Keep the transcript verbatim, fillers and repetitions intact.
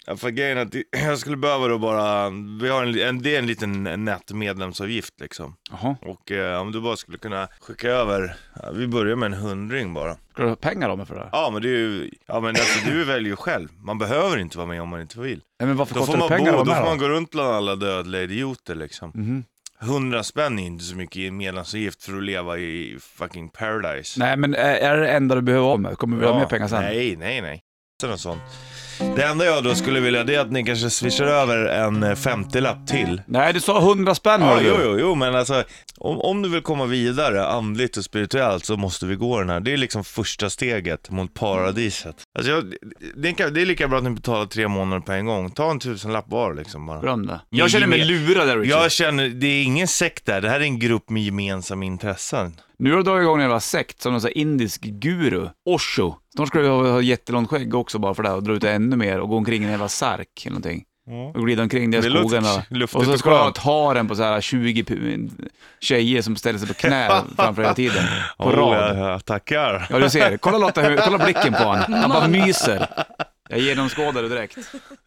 Ja, för grejen att jag skulle behöva då bara, vi har en, en, det är en liten nätmedlemsavgift liksom. Jaha. Och eh, om du bara skulle kunna skicka över, ja, vi börjar med en hundring bara. Ska du ha pengar av mig för det här? Ja men det är ju, ja men alltså du väljer ju själv. Man behöver inte vara med om man inte vill. Nej, men varför Då kostar får det man, pengar bo, av då mig får då? man gå runt bland alla dödliga idioter liksom. Mhm. Hundra spänn är inte så mycket i medlemsavgift för att leva i fucking paradise. Nej, men är, är det enda du behöver av mig? Kommer vi ha mer pengar sen? Nej, nej, nej. Något sånt. Det enda jag då skulle vilja det är att ni kanske swishar över en femtio-lapp till. Nej, du sa hundra spänn. Ja, du. jo, jo, jo, men alltså om, om du vill komma vidare andligt och spirituellt så måste vi gå den här. Det är liksom första steget mot paradiset. Alltså jag, det, är, det är lika bra att ni betalar tre månader på en gång. Ta en tusenlapp var liksom bara. Glöm det. Jag känner mig lurad där, Richard. Jag känner, det är ingen sekt där. Det här är en grupp med gemensamma intressen. Nu har du dragit igång en jävla sekt som någon sån här indisk guru, Osho. Snart ska du ha, ha jättelångt skägg också bara för det här och dra ut det ännu mer och gå omkring i en jävla sark eller någonting. Mm. Och glida omkring det i skogarna. Och så ska du ha ett haren på så här tjugo tjejer som ställer sig på knä framför hela tiden. På oh, rad. Ja, tackar. Ja, du ser. Kolla Lotta, kolla blicken på han. Han bara myser. Jag genomskådar det direkt.